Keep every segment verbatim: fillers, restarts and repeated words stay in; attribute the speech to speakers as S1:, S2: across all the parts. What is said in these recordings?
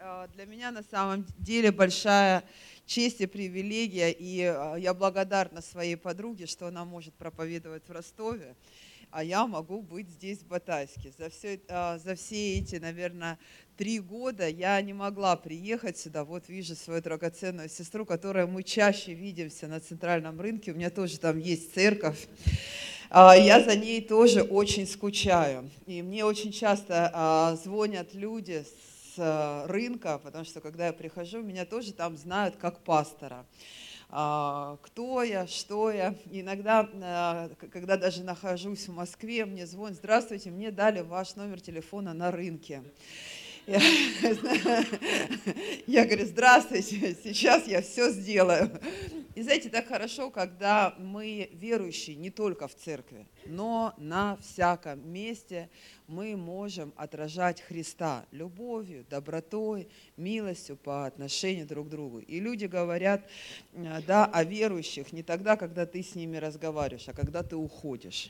S1: э, для меня на самом деле большая честь и привилегия, и э, я благодарна своей подруге, что она может проповедовать в Ростове, а я могу быть здесь, в Батайске. За все, э, за все эти, наверное, три года я не могла приехать сюда. Вот вижу свою драгоценную сестру, которой мы чаще видимся на центральном рынке. У меня тоже там есть церковь. А, Я за ней тоже очень скучаю. И мне очень часто а, звонят люди с а, рынка, потому что когда я прихожу, меня тоже там знают как пастора. А, Кто я, что я. Иногда, а, к- когда даже нахожусь в Москве, мне звонят: здравствуйте, мне дали ваш номер телефона на рынке. Я, я говорю: здравствуйте, сейчас я все сделаю. И знаете, так хорошо, когда мы верующие не только в церкви, но на всяком месте мы можем отражать Христа любовью, добротой, милостью по отношению друг к другу. И люди говорят, э, да, о верующих не тогда, когда ты с ними разговариваешь, а когда ты уходишь.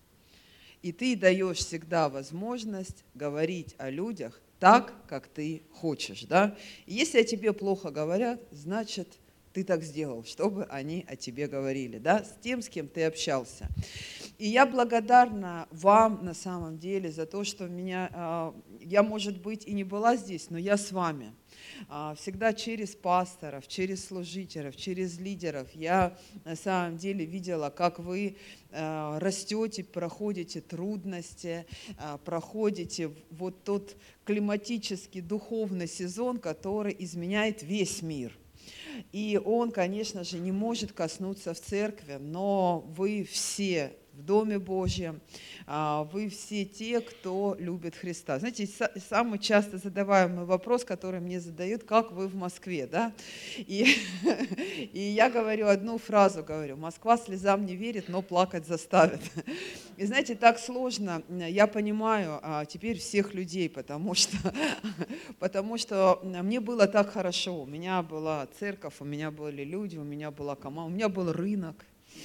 S1: И ты даешь всегда возможность говорить о людях так, как ты хочешь. Да? И если о тебе плохо говорят, значит, ты так сделал, чтобы они о тебе говорили, да, с тем, с кем ты общался. И я благодарна вам на самом деле за то, что меня, а, я, может быть, и не была здесь, но я с вами. А, Всегда через пасторов, через служителей, через лидеров я на самом деле видела, как вы а, растете, проходите трудности, а, проходите вот тот климатический духовный сезон, который изменяет весь мир. И он, конечно же, не может коснуться в церкви, но вы все в Доме Божьем, а, вы все те, кто любит Христа. Знаете, са- самый часто задаваемый вопрос, который мне задают: как вы в Москве, да? И, и я говорю одну фразу, говорю: Москва слезам не верит, но плакать заставит. И знаете, так сложно, я понимаю а, теперь всех людей, потому что, потому что мне было так хорошо. У меня была церковь, у меня были люди, у меня была команда, у меня был рынок.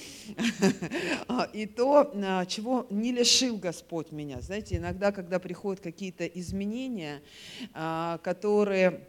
S1: А, И то, а, чего не лишил Господь меня. Знаете, иногда, когда приходят какие-то изменения, а, которые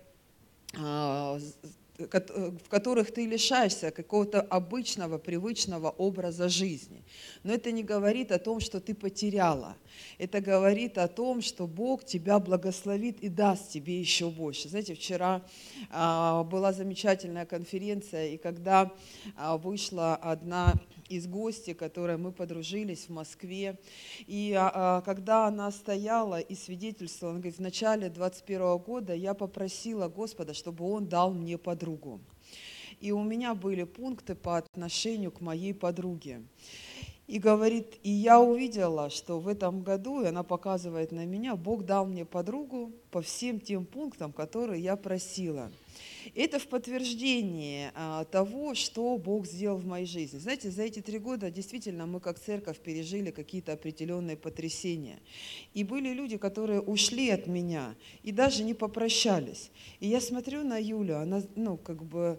S1: а, з- кот- э, в которых ты лишаешься какого-то обычного, привычного образа жизни. Но это не говорит о том, что ты потеряла. Это говорит о том, что Бог тебя благословит и даст тебе еще больше. Знаете, вчера а, была замечательная конференция, и когда а, вышла одна из гостей, которой мы подружились в Москве, и а, а, когда она стояла и свидетельствовала, она говорит: в начале двадцать первого года я попросила Господа, чтобы Он дал мне подругу. И у меня были пункты по отношению к моей подруге. И говорит, и я увидела, что в этом году, и она показывает на меня, Бог дал мне подругу по всем тем пунктам, которые я просила. Это в подтверждение а, того, что Бог сделал в моей жизни. Знаете, за эти три года действительно мы как церковь пережили какие-то определенные потрясения. И были люди, которые ушли от меня и даже не попрощались. И я смотрю на Юлю, она, ну, как бы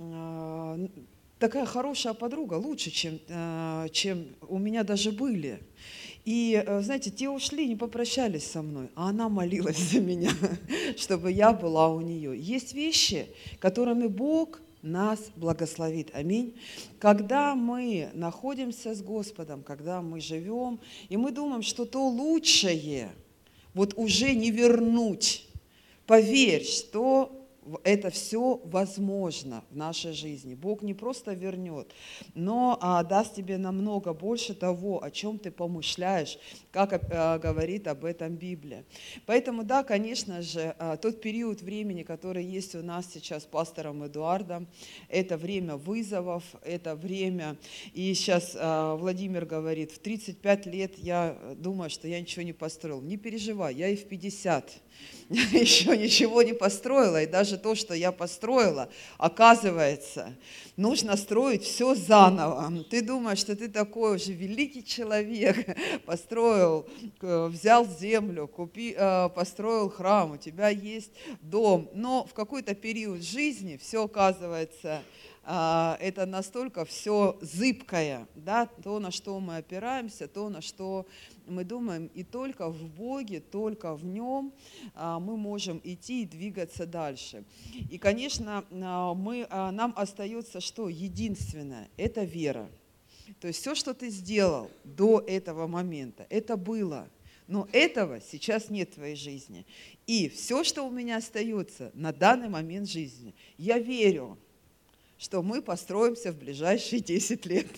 S1: а, такая хорошая подруга, лучше, чем, а, чем у меня даже были. И, э, знаете, те ушли, не попрощались со мной, а она молилась за меня, чтобы я была у нее. Есть вещи, которыми Бог нас благословит. Аминь. Когда мы находимся с Господом, когда мы живем, и мы думаем, что то лучшее вот уже не вернуть, поверь, что в- это все возможно в нашей жизни. Бог не просто вернет, но а, даст тебе намного больше того, о чем ты помышляешь, как а, говорит об этом Библия. Поэтому, да, конечно же, а, тот период времени, который есть у нас сейчас с пастором Эдуардом, это время вызовов, это время, и сейчас а, Владимир говорит, в тридцать пять лет я думаю, что я ничего не построил. Не переживай, я и в пятьдесят еще ничего не построила, и даже то, что я построила, оказывается, нужно строить все заново. Ты думаешь, что ты такой уже великий человек, построил, э, взял землю, купи, э, построил храм, у тебя есть дом, но в какой-то период жизни все оказывается а, это настолько все зыбкое, да, то, на что мы опираемся, то, на что мы думаем, и только в Боге, только в Нем а, мы можем идти и двигаться дальше. И, конечно, а, мы, а, нам остается что? Единственное – это вера. То есть все, что ты сделал до этого момента, это было. Но этого сейчас нет в твоей жизни. И все, что у меня остается на данный момент жизни, я верю, что мы построимся в ближайшие десять лет.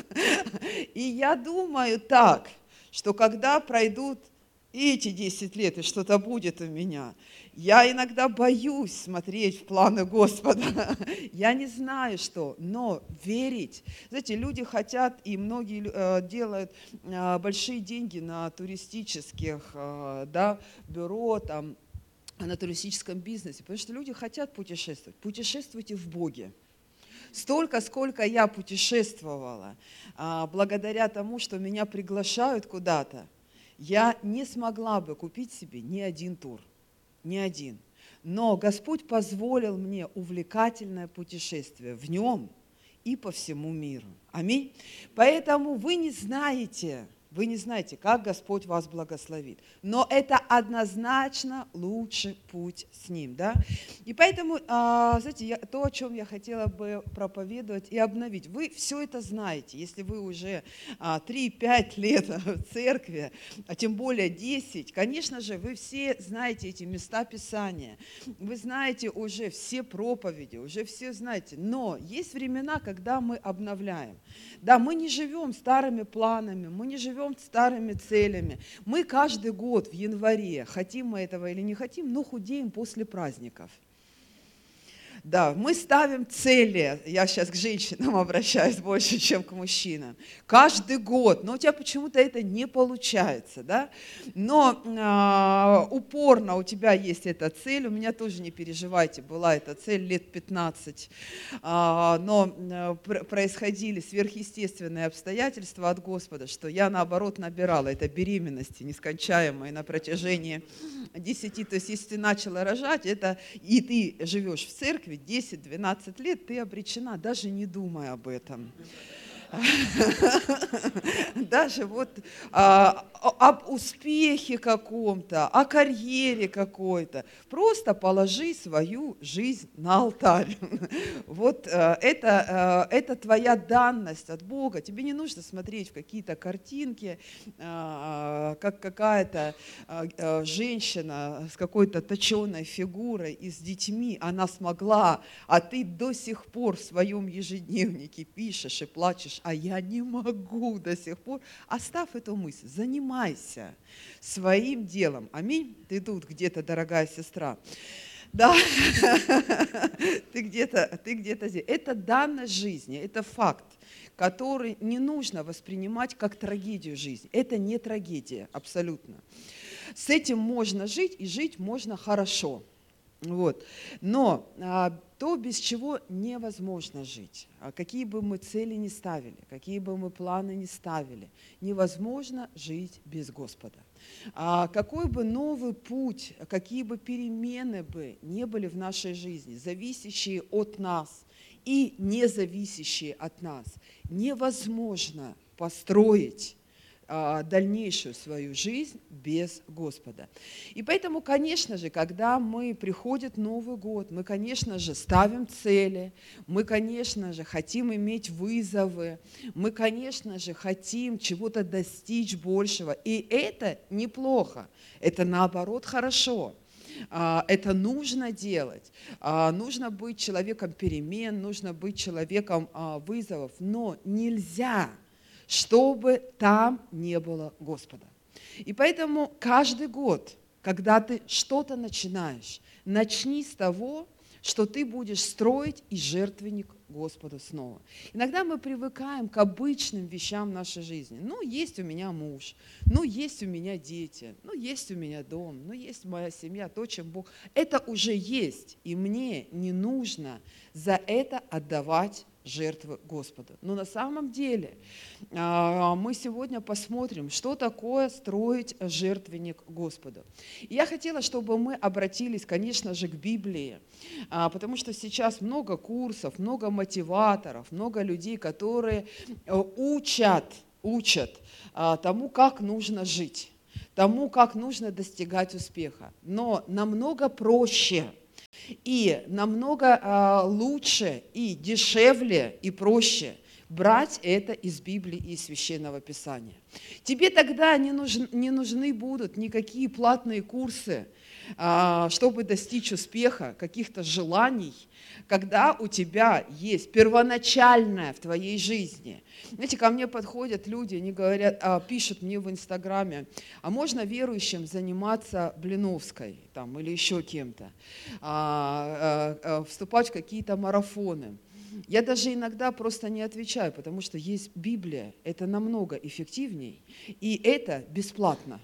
S1: И я думаю так, что когда пройдут эти десять лет, и что-то будет у меня, я иногда боюсь смотреть в планы Господа. Я не знаю, что, но верить. Знаете, люди хотят, и многие э, делают э, большие деньги на туристических э, да, бюро, там, на туристическом бизнесе, потому что люди хотят путешествовать. Путешествуйте в Боге. Столько, сколько я путешествовала, а, благодаря тому, что меня приглашают куда-то, я не смогла бы купить себе ни один тур, ни один. Но Господь позволил мне увлекательное путешествие в Нем и по всему миру. Аминь. Поэтому вы не знаете, вы не знаете, как Господь вас благословит. Но это однозначно лучший путь с Ним. Да? И поэтому, знаете, я, то, о чем я хотела бы проповедовать и обновить. Вы все это знаете. Если вы уже три-пять лет в церкви, а тем более десять, конечно же, вы все знаете эти места Писания. Вы знаете уже все проповеди, уже все знаете. Но есть времена, когда мы обновляем. Да, мы не живем старыми планами, мы не живем старыми целями. Мы каждый год в январе, хотим мы этого или не хотим, но худеем после праздников. Да, мы ставим цели, я сейчас к женщинам обращаюсь больше, чем к мужчинам, каждый год, но у тебя почему-то это не получается, да, но э, упорно у тебя есть эта цель, у меня тоже, не переживайте, была эта цель лет пятнадцать, э, но э, происходили сверхъестественные обстоятельства от Господа, что я, наоборот, набирала это беременности нескончаемые на протяжении десяти, то есть если ты начала рожать, это и ты живешь в церкви, десять-двенадцать лет, ты обречена, даже не думая об этом. Даже вот а, об успехе каком-то, о карьере какой-то. Просто положи свою жизнь на алтарь. Вот а, это, а, это твоя данность от Бога. Тебе не нужно смотреть в какие-то картинки, а, как какая-то а, женщина с какой-то точеной фигурой и с детьми, она смогла, а ты до сих пор в своем ежедневнике пишешь и плачешь, а я не могу до сих пор. Оставь эту мысль, занимайся своим делом. Аминь. Ты тут где-то, дорогая сестра. Да, ты где-то, ты где-то здесь. Это данность жизни, это факт, который не нужно воспринимать как трагедию жизни. Это не трагедия, абсолютно. С этим можно жить, и жить можно хорошо. Вот. Но а, то, без чего невозможно жить, а какие бы мы цели ни ставили, какие бы мы планы ни ставили, невозможно жить без Господа. А какой бы новый путь, какие бы перемены бы не были в нашей жизни, зависящие от нас и не зависящие от нас, невозможно построить дальнейшую свою жизнь без Господа. И поэтому, конечно же, когда мы приходит Новый год, мы, конечно же, ставим цели, мы, конечно же, хотим иметь вызовы, мы, конечно же, хотим чего-то достичь большего. И это неплохо, это, наоборот, хорошо. Это нужно делать, нужно быть человеком перемен, нужно быть человеком вызовов, но нельзя, чтобы там не было Господа. И поэтому каждый год, когда ты что-то начинаешь, начни с того, что ты будешь строить и жертвенник Господу снова. Иногда мы привыкаем к обычным вещам в нашей жизни. Ну, есть у меня муж, ну, есть у меня дети, ну, есть у меня дом, ну, есть моя семья, то, чем Бог. Это уже есть, и мне не нужно за это отдавать жертвы Господу. Но на самом деле а, мы сегодня посмотрим, что такое строить жертвенник Господу. И я хотела, чтобы мы обратились, конечно же, к Библии, а, потому что сейчас много курсов, много мотиваторов, много людей, которые учат, учат а, тому, как нужно жить, тому, как нужно достигать успеха. Но намного проще и намного а, лучше и дешевле и проще брать это из Библии и из Священного Писания. Тебе тогда не, нужны, не нужны будут никакие платные курсы, а, чтобы достичь успеха, каких-то желаний, когда у тебя есть первоначальное в твоей жизни. Знаете, ко мне подходят люди, они говорят, а, пишут мне в Инстаграме, а можно верующим заниматься Блиновской там, или еще кем-то, а, а, а, вступать в какие-то марафоны. Я даже иногда просто не отвечаю, потому что есть Библия, это намного эффективней, и это бесплатно.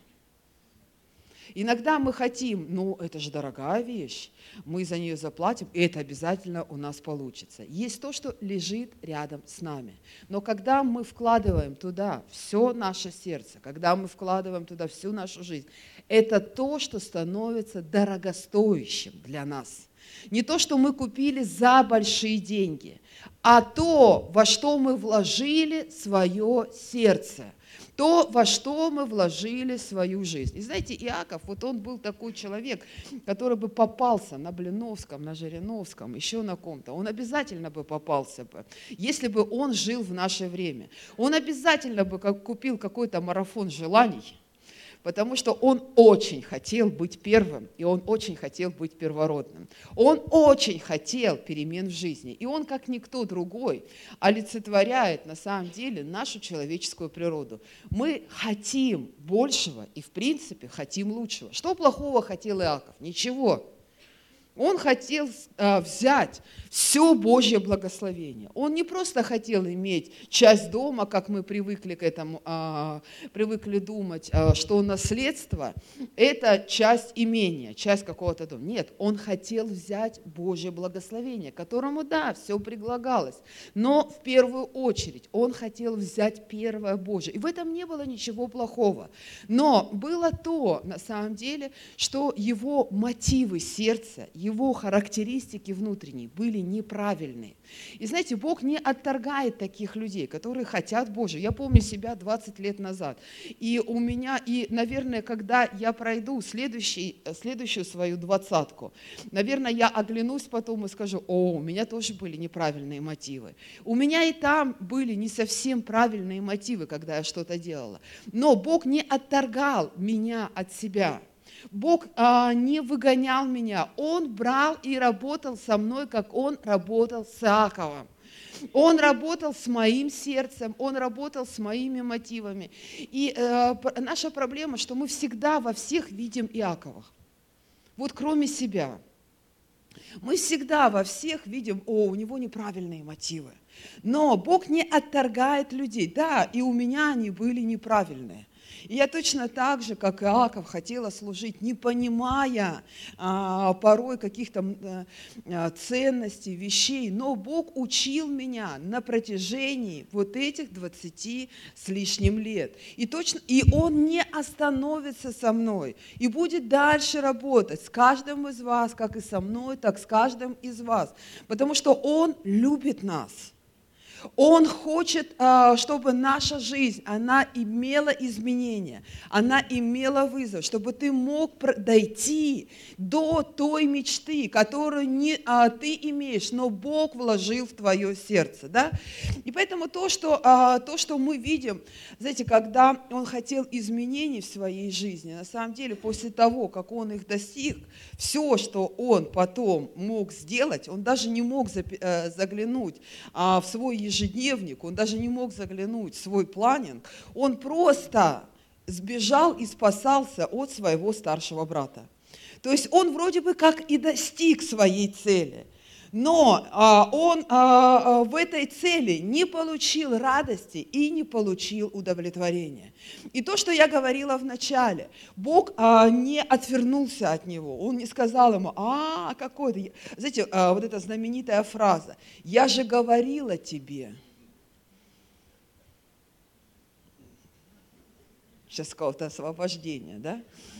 S1: Иногда мы хотим, ну это же дорогая вещь, мы за нее заплатим, и это обязательно у нас получится. Есть то, что лежит рядом с нами. Но когда мы вкладываем туда все наше сердце, когда мы вкладываем туда всю нашу жизнь, это то, что становится дорогостоящим для нас. Не то, что мы купили за большие деньги, а то, во что мы вложили свое сердце. То, во что мы вложили свою жизнь. И знаете, Иаков, вот он был такой человек, который бы попался на Блиновском, на Жириновском, еще на ком-то. Он обязательно бы попался бы, если бы он жил в наше время. Он обязательно бы купил какой-то марафон желаний, потому что он очень хотел быть первым, и он очень хотел быть первородным. Он очень хотел перемен в жизни, и он, как никто другой, олицетворяет на самом деле нашу человеческую природу. Мы хотим большего и, в принципе, хотим лучшего. Что плохого хотел Иаков? Ничего. Он хотел а, взять все Божье благословение. Он не просто хотел иметь часть дома, как мы привыкли к этому, а, привыкли думать, а, что наследство – это часть имения, часть какого-то дома. Нет, он хотел взять Божье благословение, которому, да, все предлагалось. Но в первую очередь он хотел взять первое Божье. И в этом не было ничего плохого. Но было то, на самом деле, что его мотивы сердца, его характеристики внутренние были неправильные. И знаете, Бог не отторгает таких людей, которые хотят Божьего. Я помню себя двадцать лет назад. И у меня, и, наверное, когда я пройду следующий, следующую свою двадцатку, наверное, я оглянусь потом и скажу, о, у меня тоже были неправильные мотивы. У меня и там были не совсем правильные мотивы, когда я что-то делала. Но Бог не отторгал меня от себя. Бог а, не выгонял меня, Он брал и работал со мной, как Он работал с Иаковом. Он работал с моим сердцем, Он работал с моими мотивами. И э, наша проблема, что мы всегда во всех видим Иакова, вот кроме себя. Мы всегда во всех видим, о, у него неправильные мотивы. Но Бог не отторгает людей. Да, и у меня они были неправильные. И я точно так же, как Иаков, хотела служить, не понимая а, порой каких-то а, ценностей, вещей, но Бог учил меня на протяжении вот этих двадцати с лишним лет. И, точно, и Он не остановится со мной и будет дальше работать с каждым из вас, как и со мной, так с каждым из вас, потому что Он любит нас. Он хочет, чтобы наша жизнь, она имела изменения, она имела вызов, чтобы ты мог дойти до той мечты, которую не ты имеешь, но Бог вложил в твое сердце. Да? И поэтому то что, то, что мы видим, знаете, когда он хотел изменений в своей жизни, на самом деле после того, как он их достиг, все, что он потом мог сделать, он даже не мог заглянуть в свой ежедневник, ежедневник, он даже не мог заглянуть в свой планинг, он просто сбежал и спасался от своего старшего брата. То есть он вроде бы как и достиг своей цели, Но а, он а, а, в этой цели не получил радости и не получил удовлетворения. И то, что я говорила в начале, Бог а, не отвернулся от него, он не сказал ему: а, какой ты. Знаете, а, вот эта знаменитая фраза: «Я же говорила тебе». Сейчас какое-то освобождение, да?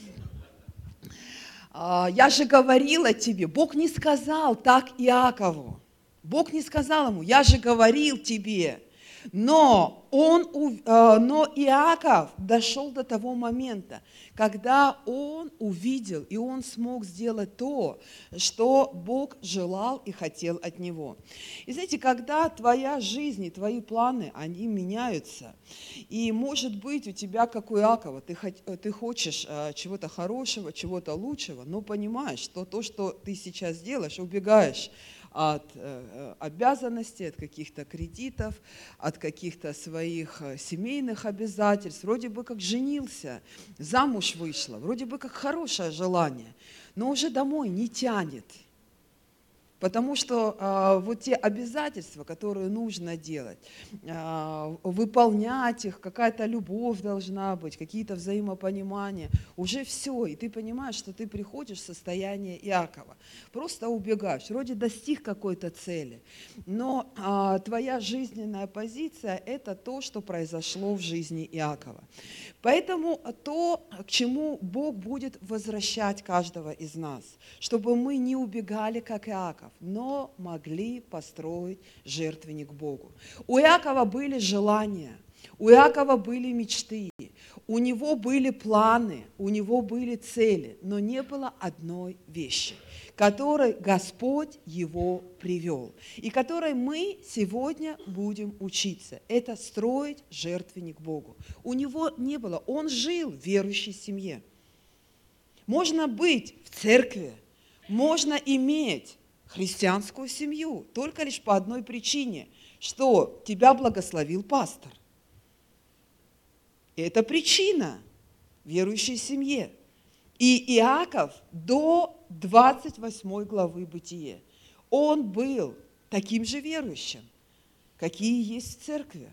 S1: «Я же говорила тебе». Бог не сказал так Иакову. Бог не сказал ему: «Я же говорил тебе». Но, он, но Иаков дошел до того момента, когда он увидел, и он смог сделать то, что Бог желал и хотел от него. И знаете, когда твоя жизнь и твои планы, они меняются, и может быть у тебя, как у Иакова, ты, ты хочешь чего-то хорошего, чего-то лучшего, но понимаешь, что то, что ты сейчас делаешь, убегаешь от э, обязанностей, от каких-то кредитов, от каких-то своих семейных обязательств. Вроде бы как женился, замуж вышла, вроде бы как хорошее желание, но уже домой не тянет. Потому что а, вот те обязательства, которые нужно делать, а, выполнять их, какая-то любовь должна быть, какие-то взаимопонимания, уже все, и ты понимаешь, что ты приходишь в состояние Иакова, просто убегаешь, вроде достиг какой-то цели, но а, твоя жизненная позиция – это то, что произошло в жизни Иакова. Поэтому то, к чему Бог будет возвращать каждого из нас, чтобы мы не убегали, как Иаков, но могли построить жертвенник Богу. У Иакова были желания, у Иакова были мечты, у него были планы, у него были цели, но не было одной вещи, которой Господь его привел, и которой мы сегодня будем учиться. Это строить жертвенник Богу. У него не было, он жил в верующей семье. Можно быть в церкви, можно иметь христианскую семью только лишь по одной причине, что тебя благословил пастор. Это причина верующей семье. И Иаков до двадцать восьмой главы Бытие, он был таким же верующим, какие есть в церкви,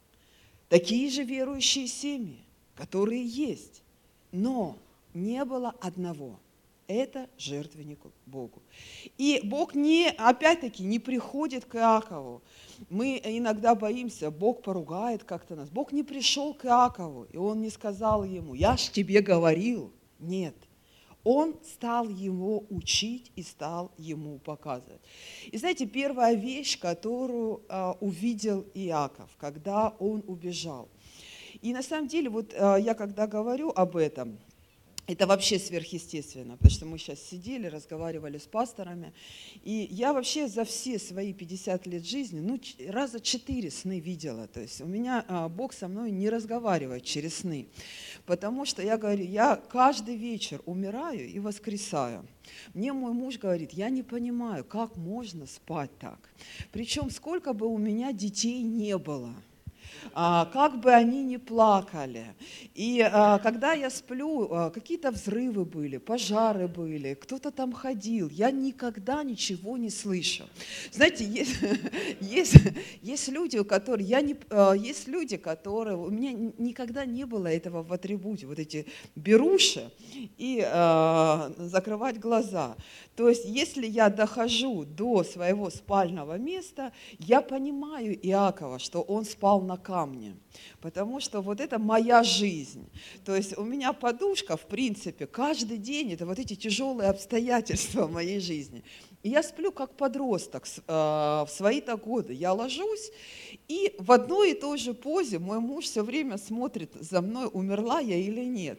S1: такие же верующие семьи, которые есть, но не было одного. Это жертвенник Богу. И Бог не, опять-таки, не приходит к Иакову. Мы иногда боимся, Бог поругает как-то нас. Бог не пришел к Иакову, и Он не сказал ему: «Я ж тебе говорил». Нет. Он стал его учить и стал ему показывать. И знаете, первая вещь, которую а, увидел Иаков, когда он убежал. И на самом деле, вот а, я когда говорю об этом, это вообще сверхъестественно, потому что мы сейчас сидели, разговаривали с пасторами, и я вообще за все свои пятьдесят лет жизни, ну, раза четыре сны видела. То есть у меня а, Бог со мной не разговаривает через сны, потому что я говорю, я каждый вечер умираю и воскресаю. Мне мой муж говорит: я не понимаю, как можно спать так. Причем сколько бы у меня детей не было, а, как бы они ни плакали. И а, когда я сплю, а, какие-то взрывы были, пожары были, кто-то там ходил, я никогда ничего не слышу. Знаете, есть, есть, есть люди, у которых я не, а, есть люди, которые у меня никогда не было этого в атрибуте, вот эти беруши и а, закрывать глаза. То есть, если я дохожу до своего спального места, я понимаю Иакова, что он спал на камне, потому что вот это моя жизнь. То есть у меня подушка, в принципе, каждый день, это вот эти тяжелые обстоятельства в моей жизни. И я сплю как подросток в свои-то годы. Я ложусь, и в одной и той же позе мой муж все время смотрит за мной, умерла я или нет.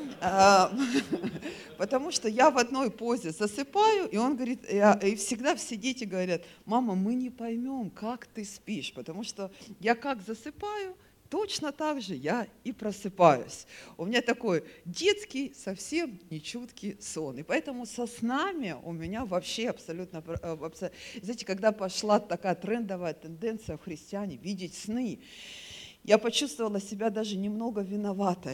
S1: Потому что я в одной позе засыпаю, и он говорит, и всегда все дети говорят: мама, мы не поймем, как ты спишь, потому что я как засыпаю, точно так же я и просыпаюсь. У меня такой детский, совсем нечуткий сон. И поэтому со снами у меня вообще абсолютно... абсолютно знаете, когда пошла такая трендовая тенденция в христиане видеть сны, я почувствовала себя даже немного виноватой,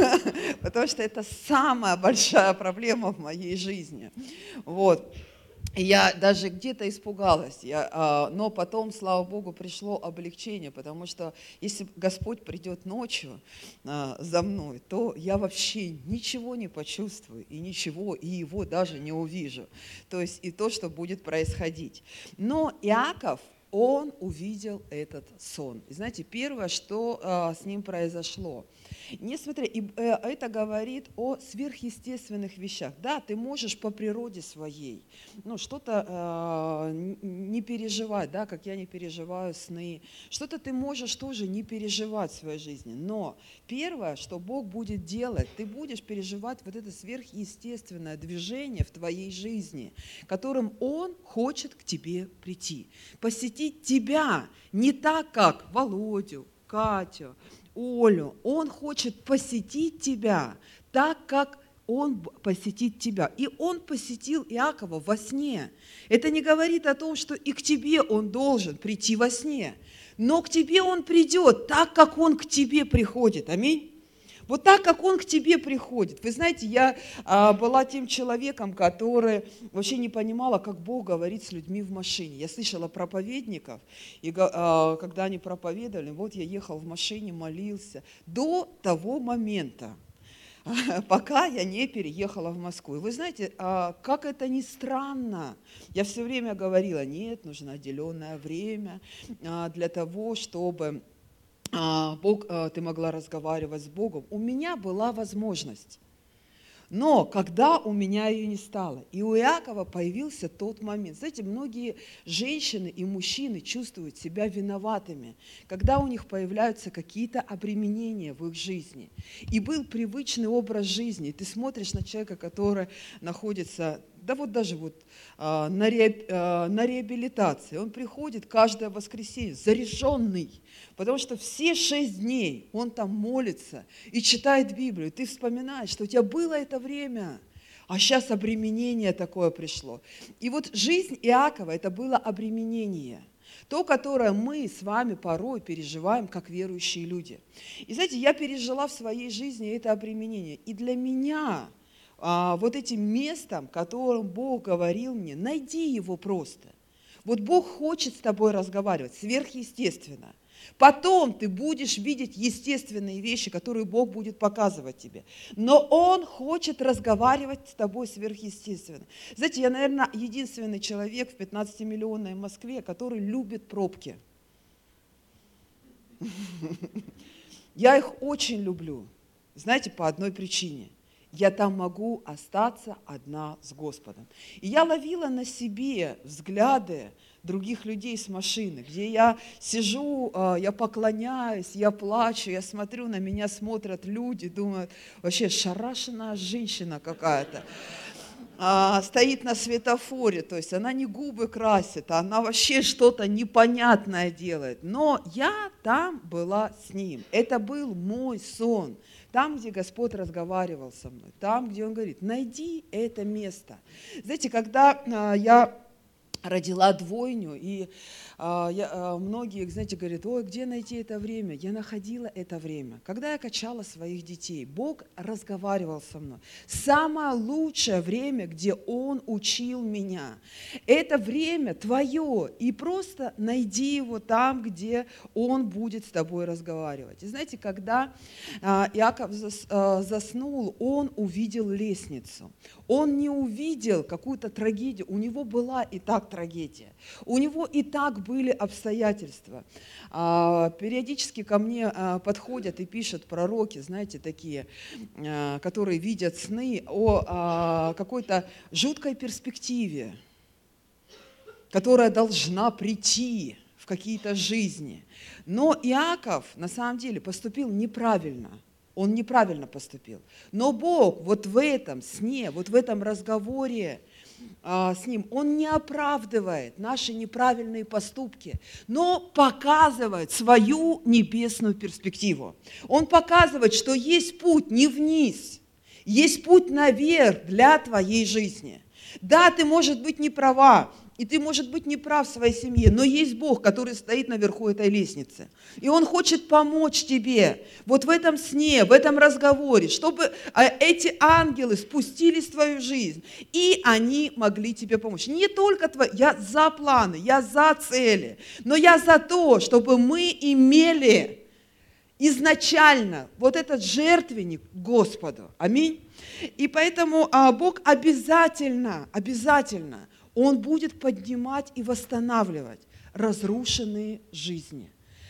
S1: потому что это самая большая проблема в моей жизни. Вот. И я даже где-то испугалась, я, а, но потом, слава Богу, пришло облегчение, потому что если Господь придет ночью а, за мной, то я вообще ничего не почувствую и ничего, и его даже не увижу. То есть и то, что будет происходить. Но Иаков, он увидел этот сон. И знаете, первое, что а, с ним произошло. Не смотри, и, э, это говорит о сверхъестественных вещах. Да, ты можешь по природе своей, ну, что-то э, не переживать, да, как я не переживаю сны. Что-то ты можешь тоже не переживать в своей жизни. Но первое, что Бог будет делать, ты будешь переживать вот это сверхъестественное движение в твоей жизни, которым Он хочет к тебе прийти. Посетить тебя не так, как Володю, Катю, Олю. Он хочет посетить тебя так, как Он посетит тебя. И Он посетил Иакова во сне. Это не говорит о том, что и к тебе Он должен прийти во сне. Но к тебе Он придет так, как Он к тебе приходит. Аминь. Вот так, как Он к тебе приходит. Вы знаете, я а, была тем человеком, который вообще не понимала, как Бог говорит с людьми в машине. Я слышала проповедников, и а, когда они проповедовали, вот я ехал в машине, молился до того момента, пока я не переехала в Москву. И вы знаете, а, как это ни странно, я все время говорила, нет, нужно отделенное время а, для того, чтобы... Бог, ты могла разговаривать с Богом. У меня была возможность. Но когда у меня ее не стало, и у Иакова появился тот момент. Знаете, многие женщины и мужчины чувствуют себя виноватыми, когда у них появляются какие-то обременения в их жизни. И был привычный образ жизни. И ты смотришь на человека, который находится, да вот даже вот а, на, ре, а, на реабилитации. Он приходит каждое воскресенье заряженный, потому что все шесть дней он там молится и читает Библию. И ты вспоминаешь, что у тебя было это время, а сейчас обременение такое пришло. И вот жизнь Иакова – это было обременение, то, которое мы с вами порой переживаем как верующие люди. И знаете, я пережила в своей жизни это обременение. И для меня а, вот этим местом, которым Бог говорил мне, найди его просто. Вот Бог хочет с тобой разговаривать сверхъестественно. Потом ты будешь видеть естественные вещи, которые Бог будет показывать тебе. Но Он хочет разговаривать с тобой сверхъестественно. Знаете, я, наверное, единственный человек в пятнадцатимиллионной Москве, который любит пробки. Я их очень люблю. Знаете, по одной причине. Я там могу остаться одна с Господом. И я ловила на себе взгляды других людей с машины, где я сижу, я поклоняюсь, я плачу, я смотрю, на меня смотрят люди, думают, вообще шарашенная женщина какая-то. А, стоит на светофоре, то есть она не губы красит, она вообще что-то непонятное делает. Но я там была с ним. Это был мой сон. Там, где Господь разговаривал со мной, там, где Он говорит, найди это место. Знаете, когда а, я родила двойню, и а, я, а, многие, знаете, говорят, ой, где найти это время? Я находила это время. Когда я качала своих детей, Бог разговаривал со мной. Самое лучшее время, где Он учил меня, это время твое, и просто найди его там, где Он будет с тобой разговаривать. И знаете, когда а, Иаков зас, а, заснул, он увидел лестницу. Он не увидел какую-то трагедию, у него была и так трагедия, у него и так были обстоятельства. А, периодически ко мне а, подходят и пишут пророки, знаете, такие, а, которые видят сны о а, какой-то жуткой перспективе, которая должна прийти в какие-то жизни. Но Иаков на самом деле поступил неправильно. Он неправильно поступил. Но Бог вот в этом сне, вот в этом разговоре а, с Ним, Он не оправдывает наши неправильные поступки, но показывает свою небесную перспективу. Он показывает, что есть путь не вниз, есть путь наверх для твоей жизни. Да, ты, может быть, не права, И ты, может быть, не прав в своей семье, но есть Бог, который стоит наверху этой лестницы. И Он хочет помочь тебе вот в этом сне, в этом разговоре, чтобы эти ангелы спустились в твою жизнь, и они могли тебе помочь. Не только твои, я за планы, я за цели, но я за то, чтобы мы имели изначально вот этот жертвенник Господу. Аминь. И поэтому а, Бог обязательно, обязательно, Он будет поднимать и восстанавливать разрушенные жизни,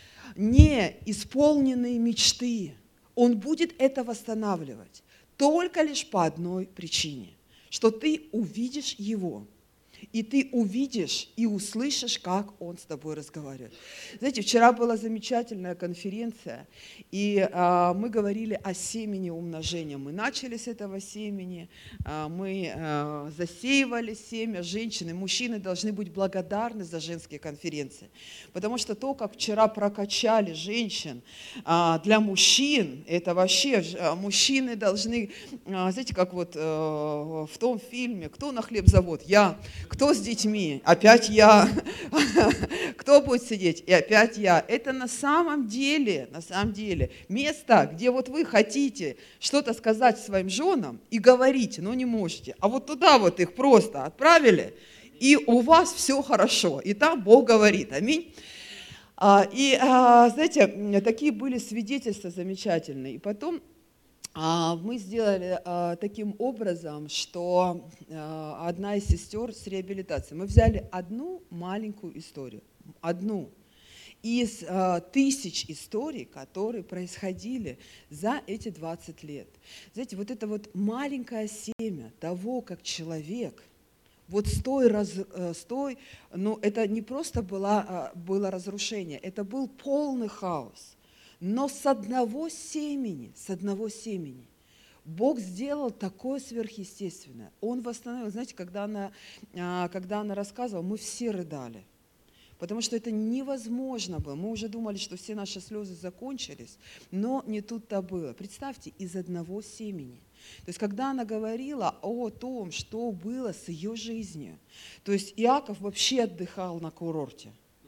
S1: неисполненные мечты. Он будет это восстанавливать только лишь по одной причине, что ты увидишь Его, и ты увидишь и услышишь, как Он с тобой разговаривает. Знаете, вчера была замечательная конференция, и а, мы говорили о семени умножения. Мы начали с этого семени, а, мы а, засеивали семя. Женщины, мужчины должны быть благодарны за женские конференции, потому что то, как вчера прокачали женщин а, для мужчин, это вообще, а, мужчины должны, а, знаете, как вот а, в том фильме «Кто на хлебзавод?» Я. Кто с детьми? Опять я. Кто будет сидеть? И опять я. Это на самом деле, на самом деле, место, где вот вы хотите что-то сказать своим женам и говорите, но не можете. А вот туда вот их просто отправили, и у вас все хорошо. И там Бог говорит. Аминь. И, знаете, такие были свидетельства замечательные. И потом мы сделали а, таким образом, что а, одна из сестер с реабилитацией, мы взяли одну маленькую историю, одну из а, тысяч историй, которые происходили за эти двадцать лет. Знаете, вот это вот маленькое семя того, как человек, вот с той, раз, с той, ну это не просто было, было разрушение, это был полный хаос. Но с одного семени, с одного семени Бог сделал такое сверхъестественное. Он восстановил, знаете, когда она, когда она рассказывала, мы все рыдали, потому что это невозможно было. Мы уже думали, что все наши слезы закончились, но не тут-то было. Представьте, из одного семени. То есть, когда она говорила о том, что было с ее жизнью, то есть Иаков вообще отдыхал на курорте.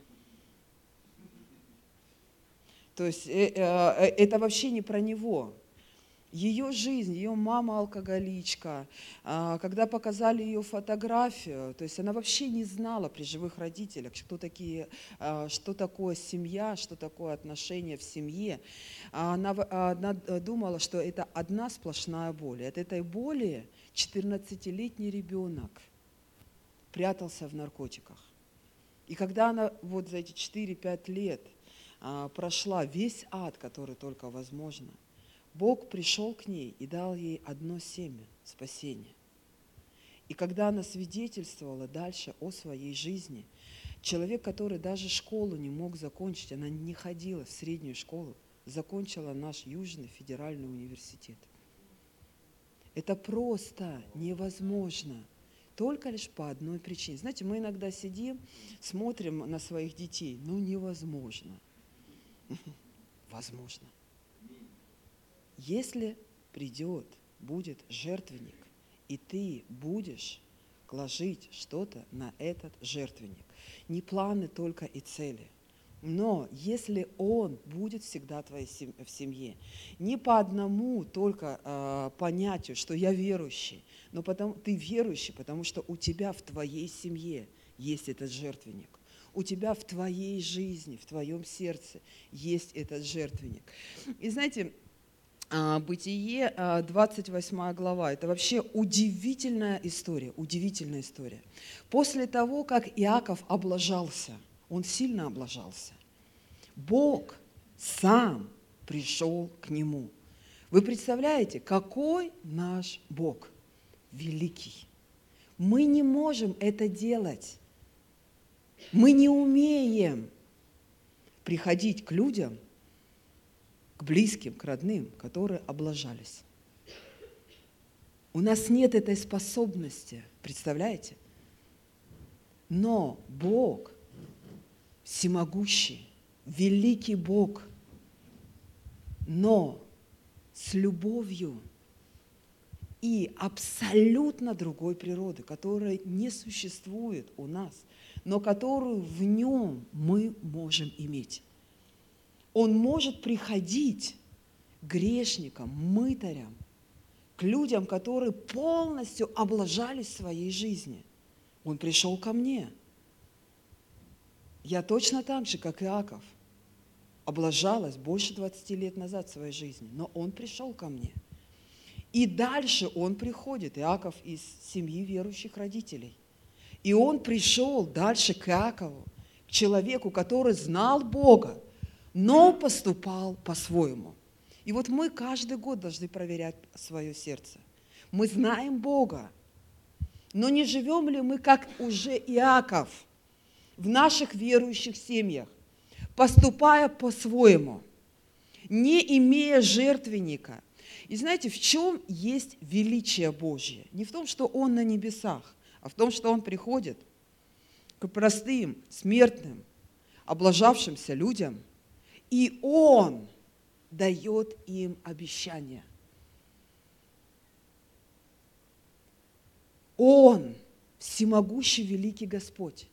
S1: То есть это вообще не про него. Ее жизнь, ее мама алкоголичка, когда показали ее фотографию, то есть она вообще не знала при живых родителях, что, такие, что такое семья, что такое отношения в семье. Она, она думала, что это одна сплошная боль. От этой боли четырнадцатилетний ребенок прятался в наркотиках. И когда она вот за эти четыре-пять лет прошла весь ад, который только возможно, Бог пришел к ней и дал ей одно семя спасения. И когда она свидетельствовала дальше о своей жизни, человек, который даже школу не мог закончить, она не ходила в среднюю школу, закончила наш Южный федеральный университет. Это просто невозможно. Только лишь по одной причине. Знаете, мы иногда сидим, смотрим на своих детей, ну невозможно. Возможно. Если придет, будет жертвенник, и ты будешь ложить что-то на этот жертвенник, не планы только и цели, но если он будет всегда твоей в семье, не по одному только э, понятию, что я верующий, но потому, ты верующий, потому что у тебя в твоей семье есть этот жертвенник. У тебя в твоей жизни, в твоем сердце есть этот жертвенник. И знаете, Бытие, двадцать восьмая глава, это вообще удивительная история, удивительная история. После того, как Иаков облажался, он сильно облажался, Бог сам пришел к нему. Вы представляете, какой наш Бог великий? Мы не можем это делать. Мы не умеем приходить к людям, к близким, к родным, которые облажались. У нас нет этой способности, представляете? Но Бог, всемогущий, великий Бог, но с любовью и абсолютно другой природы, которая не существует у нас, но которую в нем мы можем иметь. Он может приходить к грешникам, мытарям, к людям, которые полностью облажались в своей жизни. Он пришел ко мне. Я точно так же, как Иаков, облажалась больше двадцати лет назад в своей жизни, но он пришел ко мне. И дальше он приходит, Иаков из семьи верующих родителей. И он пришел дальше к Иакову, к человеку, который знал Бога, но поступал по-своему. И вот мы каждый год должны проверять свое сердце. Мы знаем Бога, но не живем ли мы, как уже Иаков, в наших верующих семьях, поступая по-своему, не имея жертвенника. И знаете, в чем есть величие Божье? Не в том, что Он на небесах, а в том, что Он приходит к простым, смертным, облажавшимся людям, и Он дает им обещание. Он, всемогущий великий Господь,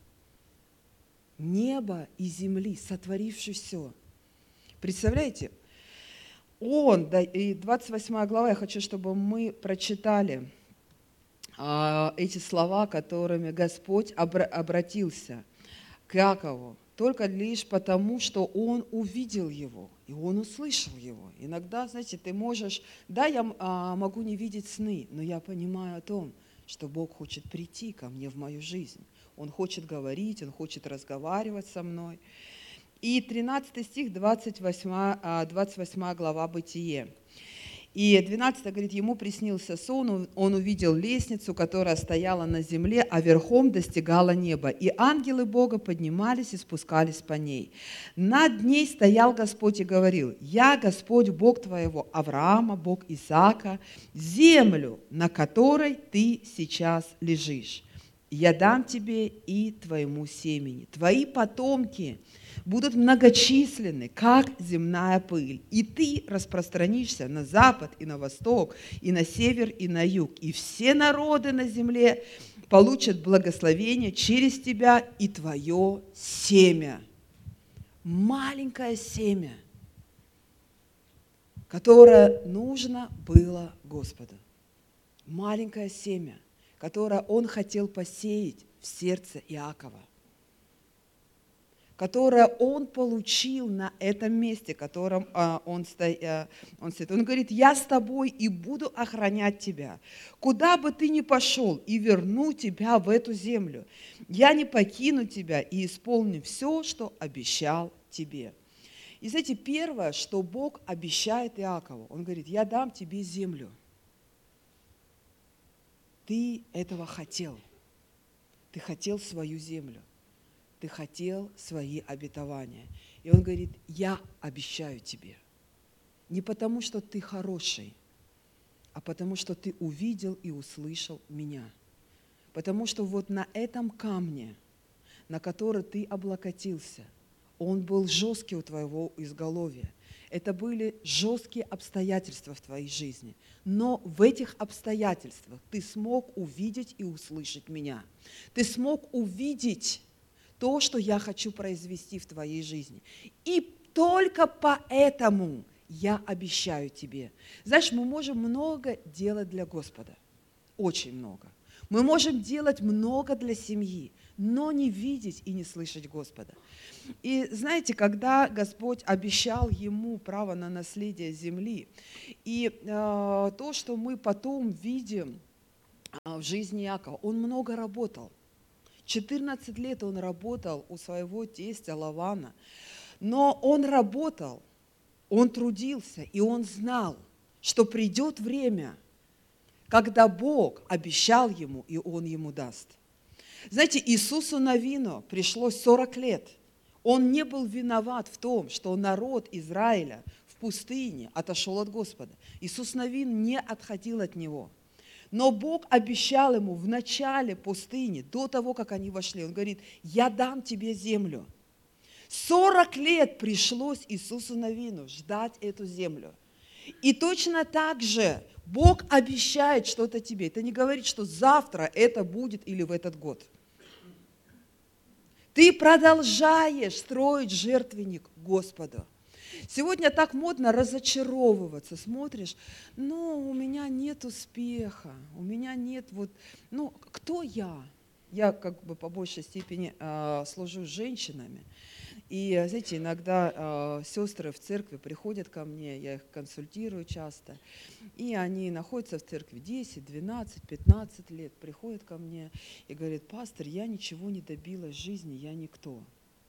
S1: небо и земли, сотворивший все. Представляете? Он, да, и двадцать восьмая глава, я хочу, чтобы мы прочитали а, эти слова, которыми Господь обра- обратился к Иакову, только лишь потому, что он увидел его, и он услышал его. Иногда, знаете, ты можешь, да, я а, могу не видеть сны, но я понимаю о том, что Бог хочет прийти ко мне в мою жизнь. Он хочет говорить, Он хочет разговаривать со мной. И тринадцатый стих, двадцать восьмая, двадцать восьмая глава Бытие. И двенадцатый говорит, ему приснился сон, он увидел лестницу, которая стояла на земле, а верхом достигала неба. И ангелы Бога поднимались и спускались по ней. Над ней стоял Господь и говорил, «Я, Господь, Бог твоего Авраама, Бог Исаака, землю, на которой ты сейчас лежишь, я дам тебе и твоему семени. Твои потомки будут многочисленны, как земная пыль. И ты распространишься на запад и на восток, и на север, и на юг. И все народы на земле получат благословение через тебя и твое семя». Маленькое семя, которое нужно было Господу. Маленькое семя, которое Он хотел посеять в сердце Иакова, которое он получил на этом месте, в котором а, он, сто, а, он стоит. Он говорит, я с тобой и буду охранять тебя. Куда бы ты ни пошел, и верну тебя в эту землю. Я не покину тебя и исполню все, что обещал тебе. И знаете, первое, что Бог обещает Иакову, Он говорит, я дам тебе землю. Ты этого хотел. Ты хотел свою землю. Ты хотел свои обетования. И Он говорит, я обещаю тебе. Не потому, что ты хороший, а потому, что ты увидел и услышал меня. Потому что вот на этом камне, на который ты облокотился, он был жесткий у твоего изголовья. Это были жесткие обстоятельства в твоей жизни. Но в этих обстоятельствах ты смог увидеть и услышать меня. Ты смог увидеть то, что я хочу произвести в твоей жизни. И только поэтому я обещаю тебе. Знаешь, мы можем много делать для Господа. Очень много. Мы можем делать много для семьи, но не видеть и не слышать Господа. И знаете, когда Господь обещал ему право на наследие земли, и э, то, что мы потом видим э, в жизни Иакова, он много работал. четырнадцать лет он работал у своего тестя Лавана, но он работал, он трудился, и он знал, что придет время, когда Бог обещал ему, и Он ему даст. Знаете, Иисусу Навину пришлось сорок лет. Он не был виноват в том, что народ Израиля в пустыне отошел от Господа. Иисус Навин не отходил от Него. Но Бог обещал ему в начале пустыни, до того, как они вошли, Он говорит, я дам тебе землю. сорок лет пришлось Иисусу Навину ждать эту землю. И точно так же Бог обещает что-то тебе. Это не говорит, что завтра это будет или в этот год. Ты продолжаешь строить жертвенник Господу. Сегодня так модно разочаровываться. Смотришь, ну, у меня нет успеха, у меня нет вот, ну, кто я? Я как бы по большей степени э, служу с женщинами. И, знаете, иногда э, сестры в церкви приходят ко мне, я их консультирую часто, и они находятся в церкви десять, двенадцать, пятнадцать лет, приходят ко мне и говорят: пастор, я ничего не добилась в жизни, я никто.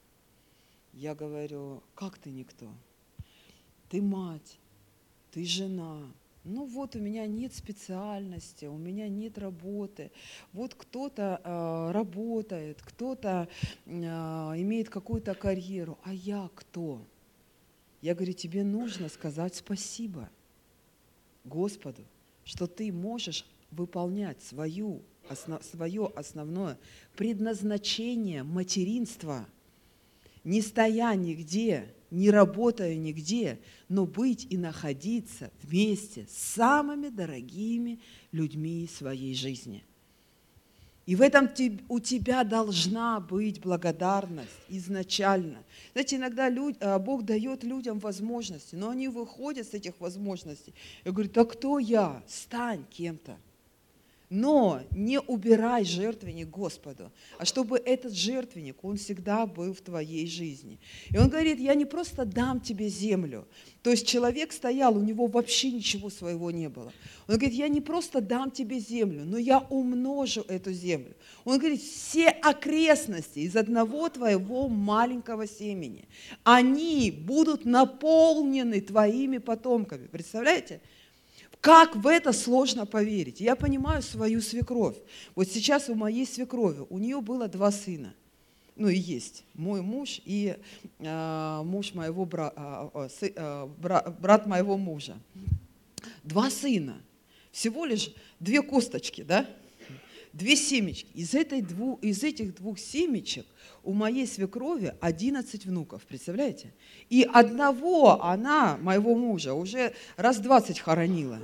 S1: Я говорю: как ты никто? Ты мать, ты жена. Ну вот у меня нет специальности, у меня нет работы. Вот кто-то э, работает, кто-то э, имеет какую-то карьеру. А я кто? Я говорю: тебе нужно сказать спасибо Господу, что ты можешь выполнять свою, основ, свое основное предназначение материнства, не стоя нигде, не работая нигде, но быть и находиться вместе с самыми дорогими людьми своей жизни. И в этом у тебя должна быть благодарность изначально. Знаете, иногда люд, Бог дает людям возможности, но они выходят с этих возможностей и говорят: да кто я? Стань кем-то. Но не убирай жертвенник Господу, а чтобы этот жертвенник, он всегда был в твоей жизни. И он говорит: я не просто дам тебе землю. То есть человек стоял, у него вообще ничего своего не было. Он говорит: я не просто дам тебе землю, но я умножу эту землю. Он говорит: все окрестности из одного твоего маленького семени, они будут наполнены твоими потомками. Представляете? Как в это сложно поверить? Я понимаю свою свекровь. Вот сейчас у моей свекрови, у нее было два сына. Ну и есть мой муж и э, муж моего бра, э, э, бра, брат моего мужа. Два сына. Всего лишь две косточки, да? Две семечки. Из, этой дву, из этих двух семечек у моей свекрови одиннадцать внуков, представляете? И одного она, моего мужа, уже раз двадцать хоронила.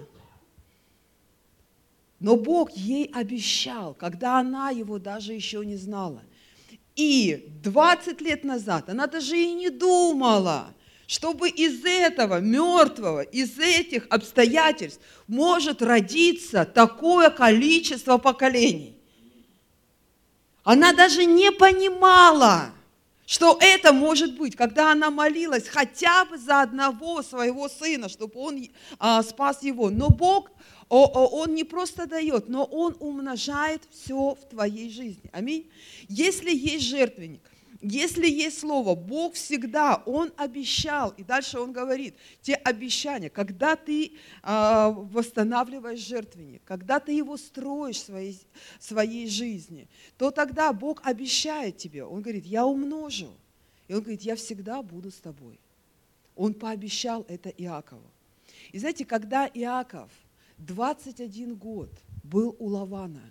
S1: Но Бог ей обещал, когда она его даже еще не знала. И двадцать лет назад она даже и не думала, чтобы из этого мертвого, из этих обстоятельств может родиться такое количество поколений. Она даже не понимала, что это может быть, когда она молилась хотя бы за одного своего сына, чтобы он а, спас его. Но Бог, о, о, Он не просто дает, но Он умножает все в твоей жизни. Аминь. Если есть жертвенник, если есть слово, Бог всегда, Он обещал, и дальше Он говорит, те обещания, когда ты э, восстанавливаешь жертвенник, когда ты его строишь в своей, своей жизни, то тогда Бог обещает тебе, Он говорит: я умножу, и Он говорит: я всегда буду с тобой. Он пообещал это Иакову. И знаете, когда Иаков двадцать один год был у Лавана,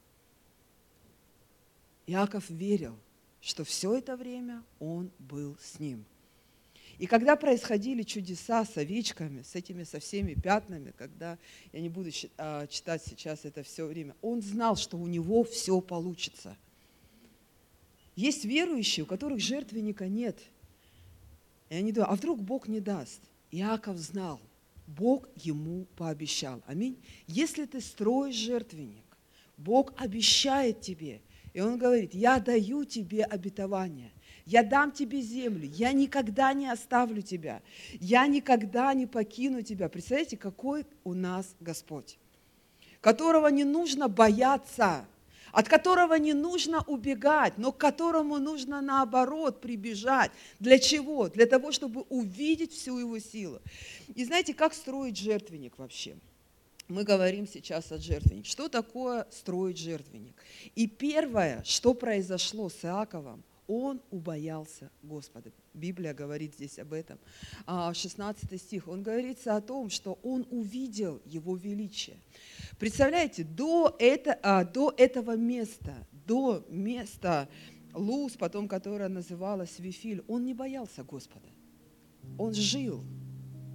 S1: Иаков верил, что все это время он был с ним. И когда происходили чудеса с овечками, с этими со всеми пятнами, когда, я не буду читать сейчас это все время, он знал, что у него все получится. Есть верующие, у которых жертвенника нет. И они думают: а вдруг Бог не даст? Иаков знал, Бог ему пообещал. Аминь. Если ты строишь жертвенник, Бог обещает тебе. И Он говорит: я даю тебе обетование, я дам тебе землю, я никогда не оставлю тебя, я никогда не покину тебя. Представляете, какой у нас Господь, которого не нужно бояться, от которого не нужно убегать, но к которому нужно наоборот прибежать. Для чего? Для того, чтобы увидеть всю Его силу. И знаете, как строить жертвенник вообще? Мы говорим сейчас о жертвеннике. Что такое строить жертвенник? И первое, что произошло с Иаковом, он убоялся Господа. Библия говорит здесь об этом. шестнадцатый стих. Он говорится о том, что он увидел Его величие. Представляете, до, это, до этого места, до места Луз, потом которое называлось Вифиль, он не боялся Господа. Он жил.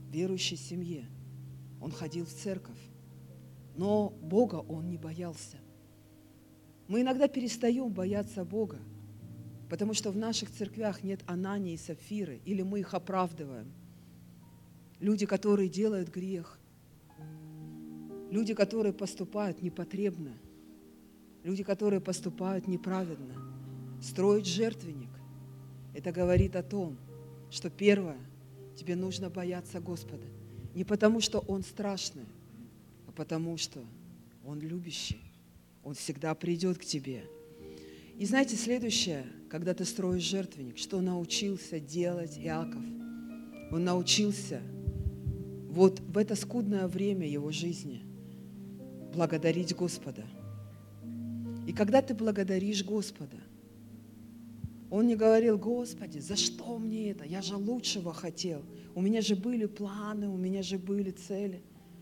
S1: верующей семье. Он ходил в церковь, но Бога он не боялся. Мы иногда перестаем бояться Бога, потому что в наших церквях нет Анании и Сапфиры, или мы их оправдываем. Люди, которые делают грех, люди, которые поступают непотребно, люди, которые поступают неправедно. Строить жертвенник – это говорит о том, что первое, тебе нужно бояться Господа. Не потому, что Он страшный, а потому, что Он любящий. Он всегда придет к тебе. И знаете, следующее, когда ты строишь жертвенник, что научился делать Иаков? Он научился вот в это скудное время его жизни благодарить Господа. И когда ты благодаришь Господа, он не говорил: Господи, за что мне это? Я же лучшего хотел. У меня же были планы, у меня же были цели.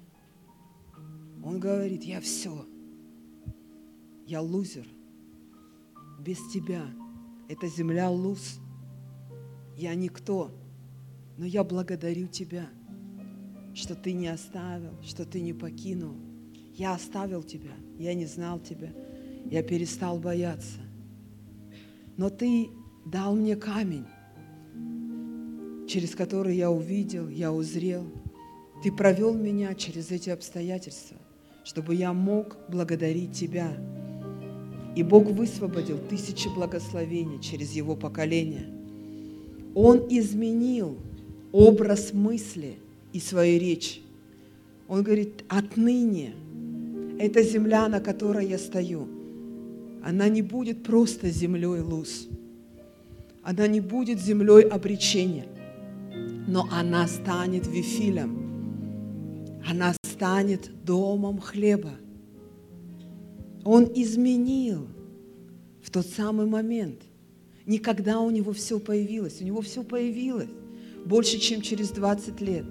S1: Он говорит: я все. Я лузер. Без тебя. Эта земля луз. Я никто. Но я благодарю тебя, что ты не оставил, что ты не покинул. Я оставил тебя. Я не знал тебя. Я перестал бояться. Но ты дал мне камень, через который я увидел, я узрел. Ты провел меня через эти обстоятельства, чтобы я мог благодарить тебя. И Бог высвободил тысячи благословений через его поколение. Он изменил образ мысли и своей речи. Он говорит: отныне эта земля, на которой я стою, она не будет просто землей Луз. Она не будет землей обречения, но она станет Вифилем. Она станет домом хлеба. Он изменил в тот самый момент. Никогда у него все появилось. У него все появилось больше, чем через двадцать лет.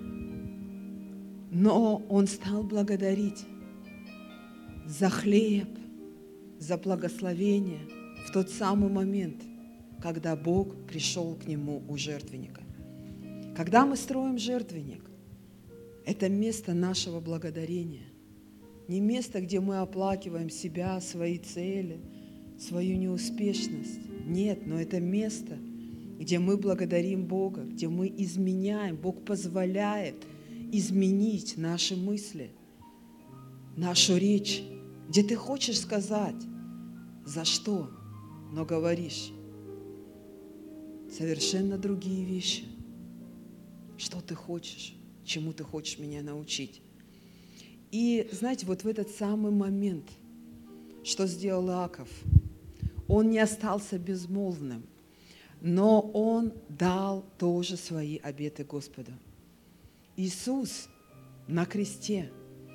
S1: Но он стал благодарить за хлеб, за благословение в тот самый момент, когда Бог пришел к нему у жертвенника. Когда мы строим жертвенник, это место нашего благодарения. Не место, где мы оплакиваем себя, свои цели, свою неуспешность. Нет, но это место, где мы благодарим Бога, где мы изменяем. Бог позволяет изменить наши мысли, нашу речь, где ты хочешь сказать, за что, но говоришь совершенно другие вещи. Что ты хочешь, чему ты хочешь меня научить. И знаете, вот в этот самый момент, что сделал Иаков, он не остался безмолвным, но он дал тоже свои обеты Господу. Иисус на кресте,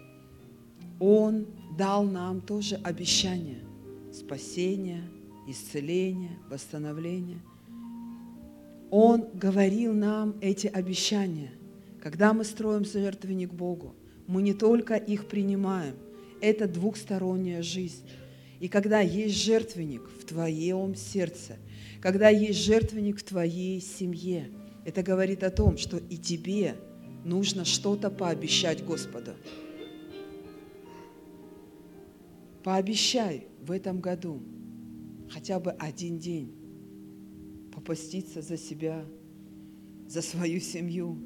S1: Он дал нам тоже обещание спасения, исцеления, восстановления. Он говорил нам эти обещания. Когда мы строим жертвенник Богу, мы не только их принимаем, это двухсторонняя жизнь. И когда есть жертвенник в твоем сердце, когда есть жертвенник в твоей семье, это говорит о том, что и тебе нужно что-то пообещать Господу. Пообещай в этом году хотя бы один день попаститься за себя, за свою семью.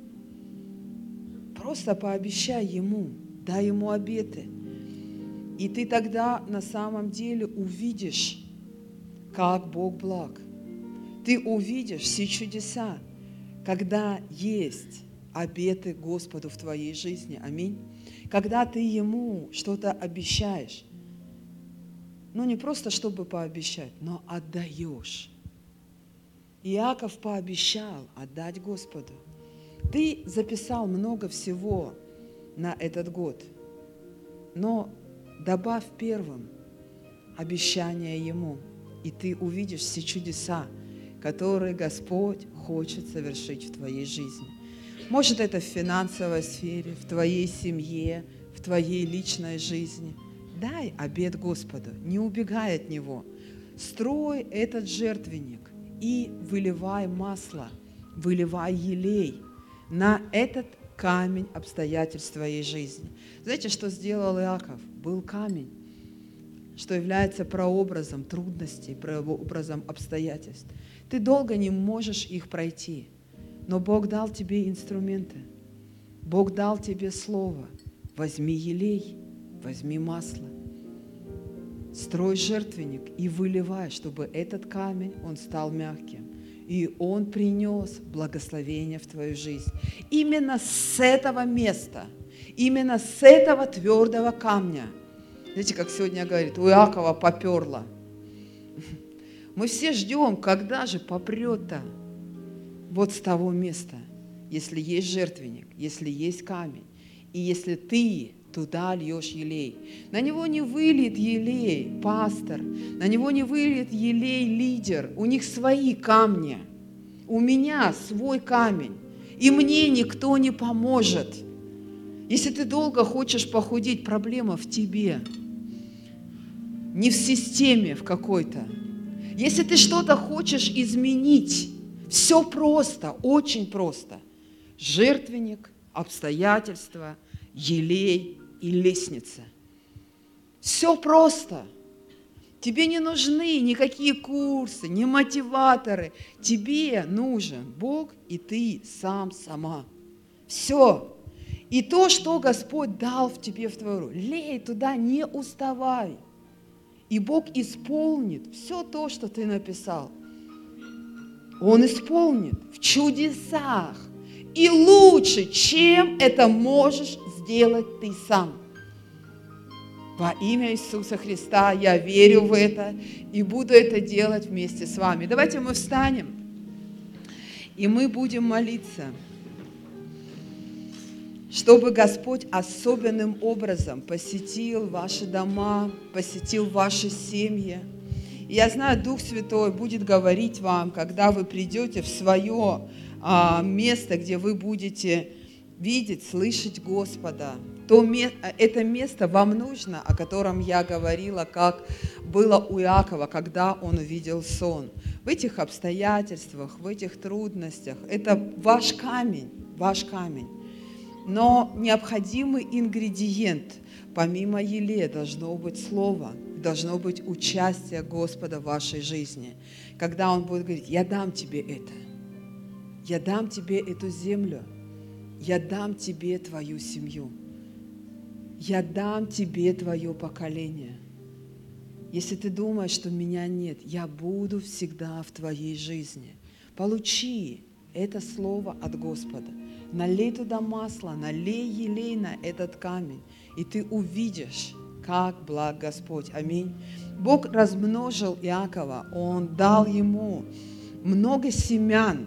S1: Просто пообещай Ему, дай Ему обеты. И ты тогда на самом деле увидишь, как Бог благ. Ты увидишь все чудеса, когда есть обеты Господу в твоей жизни. Аминь. Когда ты Ему что-то обещаешь, ну не просто чтобы пообещать, но отдаешь. Иаков пообещал отдать Господу. Ты записал много всего на этот год, но добавь первым обещание Ему, и ты увидишь все чудеса, которые Господь хочет совершить в твоей жизни. Может, это в финансовой сфере, в твоей семье, в твоей личной жизни. Дай обет Господу, не убегай от Него. Строй этот жертвенник и выливай масло, выливай елей на этот камень обстоятельств твоей жизни. Знаете, что сделал Иаков? Был камень, что является прообразом трудностей, прообразом обстоятельств. Ты долго не можешь их пройти, но Бог дал тебе инструменты. Бог дал тебе слово. Возьми елей, возьми масло, строй жертвенник и выливай, чтобы этот камень, он стал мягким. И он принес благословение в твою жизнь. Именно с этого места, именно с этого твердого камня. Знаете, как сегодня говорит, у Иакова поперло. Мы все ждем, когда же попрет-то вот с того места, если есть жертвенник, если есть камень, и если ты туда льешь елей. На него не выльет елей пастор, на него не выльет елей лидер. У них свои камни. У меня свой камень. И мне никто не поможет. Если ты долго хочешь похудеть, проблема в тебе. Не в системе в какой-то. Если ты что-то хочешь изменить, все просто, очень просто. Жертвенник, обстоятельства, елей и лестница. Все просто. Тебе не нужны никакие курсы, ни мотиваторы. Тебе нужен Бог и ты сам, сама. Все. И то, что Господь дал в тебе в твою руку, лей туда, не уставай. И Бог исполнит все то, что ты написал. Он исполнит в чудесах. И лучше, чем это можешь сделать ты сам. Во имя Иисуса Христа я верю в это и буду это делать вместе с вами. Давайте мы встанем, и мы будем молиться, чтобы Господь особенным образом посетил ваши дома, посетил ваши семьи. И я знаю, Дух Святой будет говорить вам, когда вы придете в свое а, место, где вы будете видеть, слышать Господа. То, это место вам нужно, о котором я говорила, как было у Иакова, когда он увидел сон. В этих обстоятельствах, в этих трудностях, это ваш камень, ваш камень. Но необходимый ингредиент, помимо елея, должно быть слово, должно быть участие Господа в вашей жизни. Когда Он будет говорить, я дам тебе это, я дам тебе эту землю, я дам тебе твою семью, я дам тебе твое поколение. Если ты думаешь, что меня нет, я буду всегда в твоей жизни. Получи это слово от Господа. Налей туда масло, налей елей на этот камень, и ты увидишь, как благ Господь. Аминь. Бог размножил Иакова, Он дал ему много семян.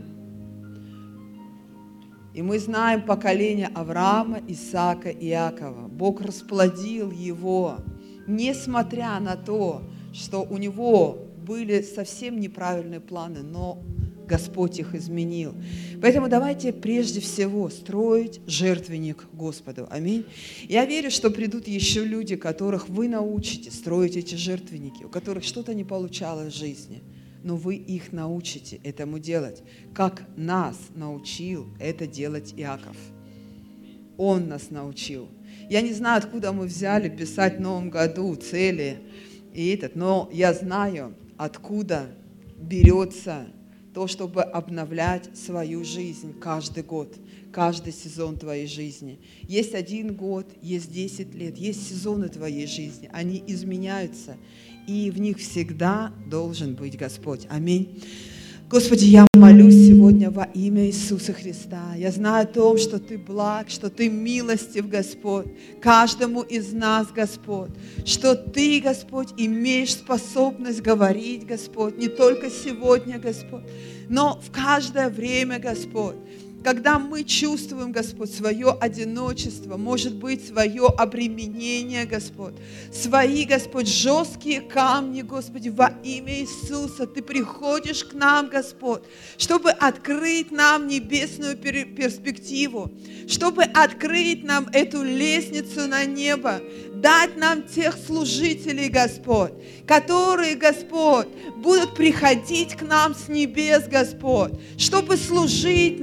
S1: И мы знаем поколение Авраама, Исаака и Иакова. Бог расплодил его, несмотря на то, что у него были совсем неправильные планы, но Господь их изменил. Поэтому давайте прежде всего строить жертвенник Господу. Аминь. Я верю, что придут еще люди, которых вы научите строить эти жертвенники, у которых что-то не получалось в жизни. Но вы их научите этому делать, как нас научил это делать Иаков. Он нас научил. Я не знаю, откуда мы взяли писать в Новом году цели и этот, но я знаю, откуда берется то, чтобы обновлять свою жизнь каждый год, каждый сезон твоей жизни. Есть один год, есть десять лет, есть сезоны твоей жизни, они изменяются, и в них всегда должен быть Господь. Аминь. Господи, я молюсь сегодня во имя Иисуса Христа. Я знаю о том, что Ты благ, что Ты милостив, Господь, каждому из нас, Господь, что Ты, Господь, имеешь способность говорить, Господь, не только сегодня, Господь, но в каждое время, Господь. Когда мы чувствуем, Господь, свое одиночество, может быть, свое обременение, Господь, свои, Господь, жесткие камни, Господи, во имя Иисуса, Ты приходишь к нам, Господь, чтобы открыть нам небесную перспективу, чтобы открыть нам эту лестницу на небо, дать нам тех служителей, Господь, которые, Господь, будут приходить к нам с небес, Господь, чтобы служить нашим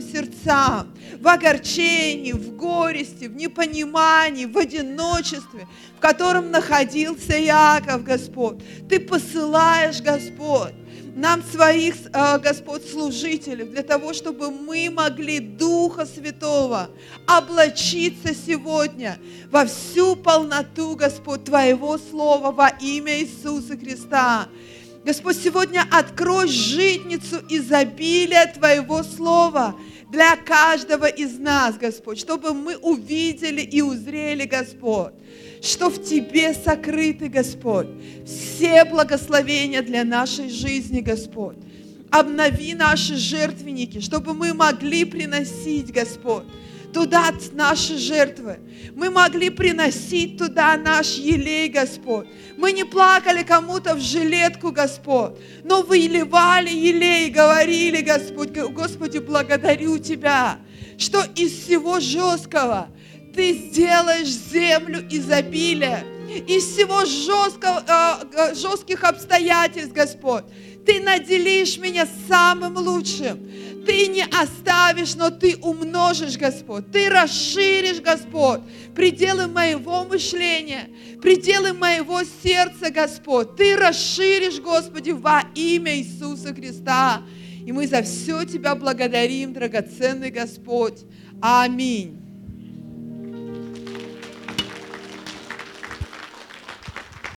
S1: сердцам, в огорчении, в горести, в непонимании, в одиночестве, в котором находился Иаков, Господь. Ты посылаешь, Господь, нам своих, Господь, служителей, для того, чтобы мы могли Духа Святого облачиться сегодня во всю полноту, Господь, Твоего Слова во имя Иисуса Христа. Господь, сегодня открой житницу изобилия Твоего Слова для каждого из нас, Господь, чтобы мы увидели и узрели, Господь, что в Тебе сокрыты, Господь, все благословения для нашей жизни, Господь. Обнови наши жертвенники, чтобы мы могли приносить, Господь, туда наши жертвы. Мы могли приносить туда наш елей, Господь. Мы не плакали кому-то в жилетку, Господь, но выливали елей и говорили, Господь, Господи, благодарю Тебя, что из всего жесткого Ты сделаешь землю изобилия. Из всего жесткого, э, жестких обстоятельств, Господь, Ты наделишь меня самым лучшим. Ты не оставишь, но Ты умножишь, Господь. Ты расширишь, Господь, пределы моего мышления, пределы моего сердца, Господь. Ты расширишь, Господи, во имя Иисуса Христа. И мы за все Тебя благодарим, драгоценный Господь. Аминь.